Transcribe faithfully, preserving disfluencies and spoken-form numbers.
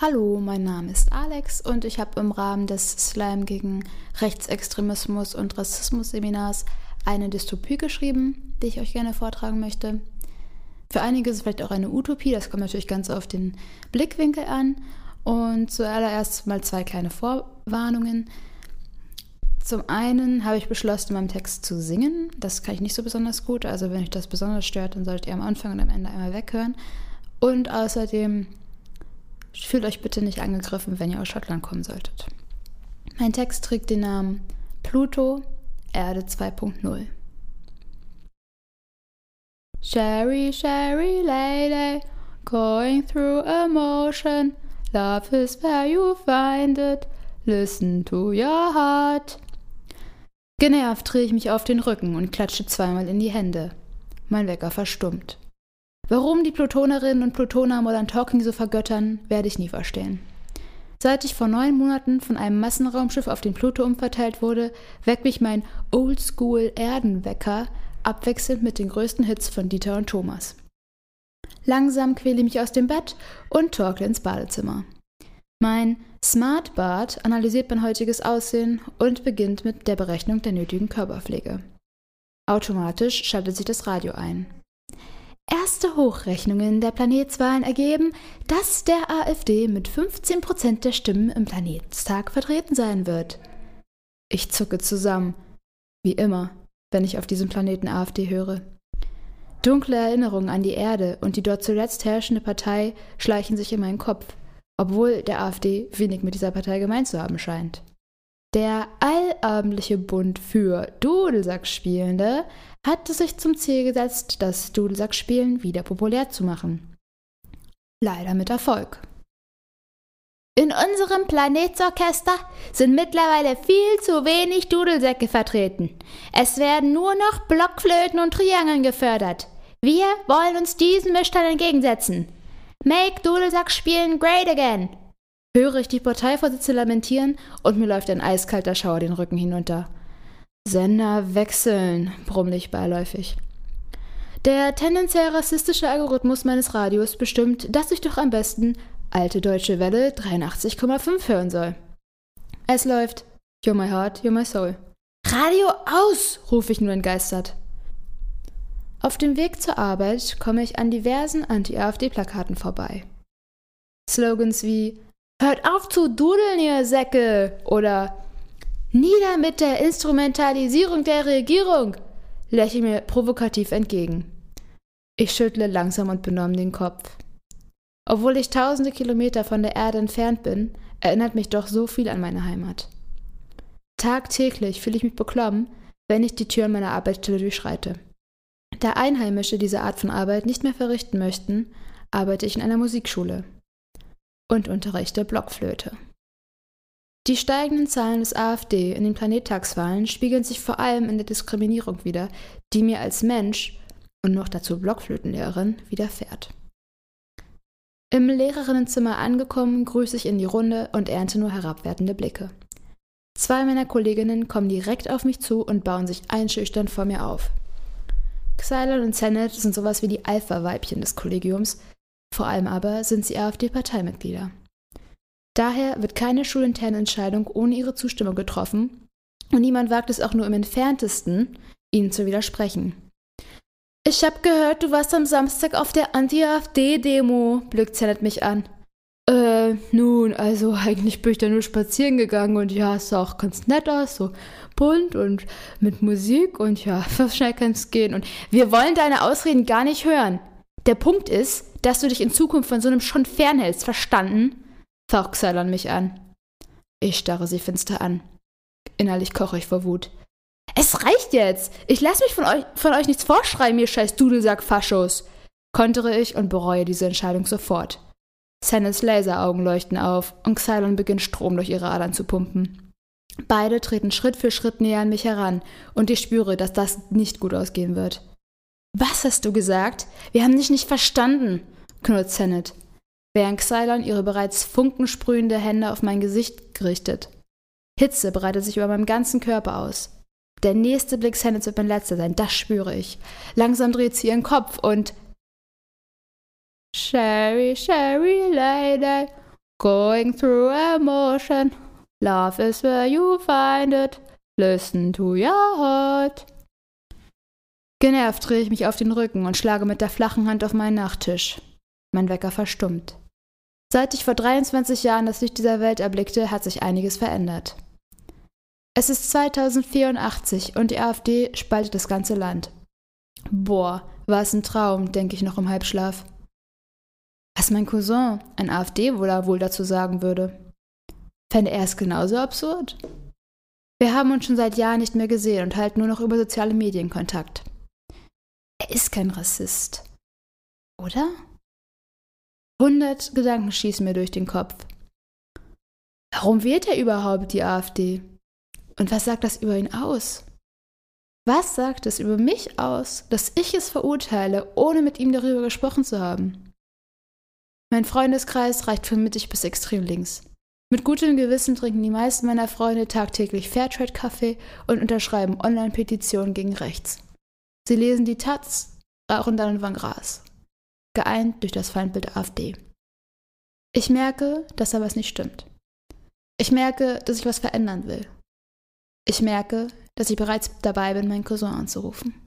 Hallo, mein Name ist Alex und ich habe im Rahmen des Slam gegen Rechtsextremismus und Rassismus Seminars eine Dystopie geschrieben, die ich euch gerne vortragen möchte. Für einige ist es vielleicht auch eine Utopie, das kommt natürlich ganz auf den Blickwinkel an. Und zuallererst mal zwei kleine Vorwarnungen. Zum einen habe ich beschlossen, in meinem Text zu singen. Das kann ich nicht so besonders gut, also wenn euch das besonders stört, dann solltet ihr am Anfang und am Ende einmal weghören. Und außerdem fühlt euch bitte nicht angegriffen, wenn ihr aus Schottland kommen solltet. Mein Text trägt den Namen Pluto, Erde zwei Punkt null. Sherry, Sherry lady, going through emotion. Love is where you find it. Listen to your heart. Genervt drehe ich mich auf den Rücken und klatsche zweimal in die Hände. Mein Wecker verstummt. Warum die Plutonerinnen und Plutoner Modern Talking so vergöttern, werde ich nie verstehen. Seit ich vor neun Monaten von einem Massenraumschiff auf den Pluto umverteilt wurde, weckt mich mein Oldschool-Erdenwecker abwechselnd mit den größten Hits von Dieter und Thomas. Langsam quäle ich mich aus dem Bett und torkle ins Badezimmer. Mein Smartbad analysiert mein heutiges Aussehen und beginnt mit der Berechnung der nötigen Körperpflege. Automatisch schaltet sich das Radio ein. Erste Hochrechnungen der Planetswahlen ergeben, dass der AfD mit fünfzehn Prozent der Stimmen im Planetstag vertreten sein wird. Ich zucke zusammen, wie immer, wenn ich auf diesem Planeten AfD höre. Dunkle Erinnerungen an die Erde und die dort zuletzt herrschende Partei schleichen sich in meinen Kopf, obwohl der AfD wenig mit dieser Partei gemein zu haben scheint. Der allabendliche Bund für Dudelsackspielende hat es sich zum Ziel gesetzt, das Dudelsackspielen wieder populär zu machen. Leider mit Erfolg. In unserem Planetsorchester sind mittlerweile viel zu wenig Dudelsäcke vertreten. Es werden nur noch Blockflöten und Triangeln gefördert. Wir wollen uns diesem Missstand entgegensetzen. Make Dudelsackspielen great again! Höre ich die Parteivorsitzende lamentieren und mir läuft ein eiskalter Schauer den Rücken hinunter. Sender wechseln, brummle ich beiläufig. Der tendenziell rassistische Algorithmus meines Radios bestimmt, dass ich doch am besten alte deutsche Welle dreiundachtzig Komma fünf hören soll. Es läuft You're my heart, you're my soul. Radio aus, rufe ich nur entgeistert. Auf dem Weg zur Arbeit komme ich an diversen Anti-AfD-Plakaten vorbei. Slogans wie Hört auf zu dudeln, ihr Säcke! Oder Nieder mit der Instrumentalisierung der Regierung! Lächle mir provokativ entgegen. Ich schüttle langsam und benommen den Kopf. Obwohl ich tausende Kilometer von der Erde entfernt bin, erinnert mich doch so viel an meine Heimat. Tagtäglich fühle ich mich beklommen, wenn ich die Türen meiner Arbeitsstelle durchschreite. Da Einheimische diese Art von Arbeit nicht mehr verrichten möchten, arbeite ich in einer Musikschule und unterrichte Blockflöte. Die steigenden Zahlen des AfD in den Planettagswahlen spiegeln sich vor allem in der Diskriminierung wider, die mir als Mensch und noch dazu Blockflötenlehrerin widerfährt. Im Lehrerinnenzimmer angekommen, grüße ich in die Runde und ernte nur herabwertende Blicke. Zwei meiner Kolleginnen kommen direkt auf mich zu und bauen sich einschüchternd vor mir auf. Xylon und Zenet sind sowas wie die Alpha-Weibchen des Kollegiums, vor allem aber sind sie AfD-Parteimitglieder. Daher wird keine schulinterne Entscheidung ohne ihre Zustimmung getroffen und niemand wagt es auch nur im Entferntesten, ihnen zu widersprechen. Ich hab gehört, du warst am Samstag auf der Anti-AfD-Demo, blickt Zenet mich an. Äh, nun, also eigentlich bin ich da nur spazieren gegangen und ja, es sah auch ganz nett aus, so bunt und mit Musik und ja, so schnell kann's gehen und wir wollen deine Ausreden gar nicht hören. Der Punkt ist, dass du dich in Zukunft von so einem schon fernhältst, verstanden? Faucht Xylon mich an. Ich starre sie finster an. Innerlich koche ich vor Wut. Es reicht jetzt! Ich lasse mich von euch, von euch nichts vorschreiben, ihr scheiß Dudelsack-Faschos! Kontere ich und bereue diese Entscheidung sofort. Zenets Laseraugen leuchten auf und Xylon beginnt Strom durch ihre Adern zu pumpen. Beide treten Schritt für Schritt näher an mich heran und ich spüre, dass das nicht gut ausgehen wird. Was hast du gesagt? Wir haben dich nicht verstanden, knurrt Zenet, während Xylon ihre bereits funkensprühende Hände auf mein Gesicht gerichtet. Hitze breitet sich über meinem ganzen Körper aus. Der nächste Blick Zenets wird mein letzter sein, das spüre ich. Langsam dreht sie ihren Kopf und Sherry, Sherry lady, going through emotion. Love is where you find it. Listen to your heart. Genervt drehe ich mich auf den Rücken und schlage mit der flachen Hand auf meinen Nachttisch. Mein Wecker verstummt. Seit ich vor dreiundzwanzig Jahren das Licht dieser Welt erblickte, hat sich einiges verändert. Es ist zweitausendvierundachtzig und die AfD spaltet das ganze Land. Boah, war es ein Traum, denke ich noch im Halbschlaf. Was mein Cousin, ein AfD-Wohler, wohl dazu sagen würde. Fände er es genauso absurd? Wir haben uns schon seit Jahren nicht mehr gesehen und halten nur noch über soziale Medien Kontakt. Er ist kein Rassist. Oder? Hundert Gedanken schießen mir durch den Kopf. Warum wählt er überhaupt die AfD? Und was sagt das über ihn aus? Was sagt es über mich aus, dass ich es verurteile, ohne mit ihm darüber gesprochen zu haben? Mein Freundeskreis reicht von mittig bis extrem links. Mit gutem Gewissen trinken die meisten meiner Freunde tagtäglich Fairtrade-Kaffee und unterschreiben Online-Petitionen gegen rechts. Sie lesen die Taz, rauchen dann und Gras. Geeint durch das Feindbild AfD. Ich merke, dass da was nicht stimmt. Ich merke, dass ich was verändern will. Ich merke, dass ich bereits dabei bin, meinen Cousin anzurufen.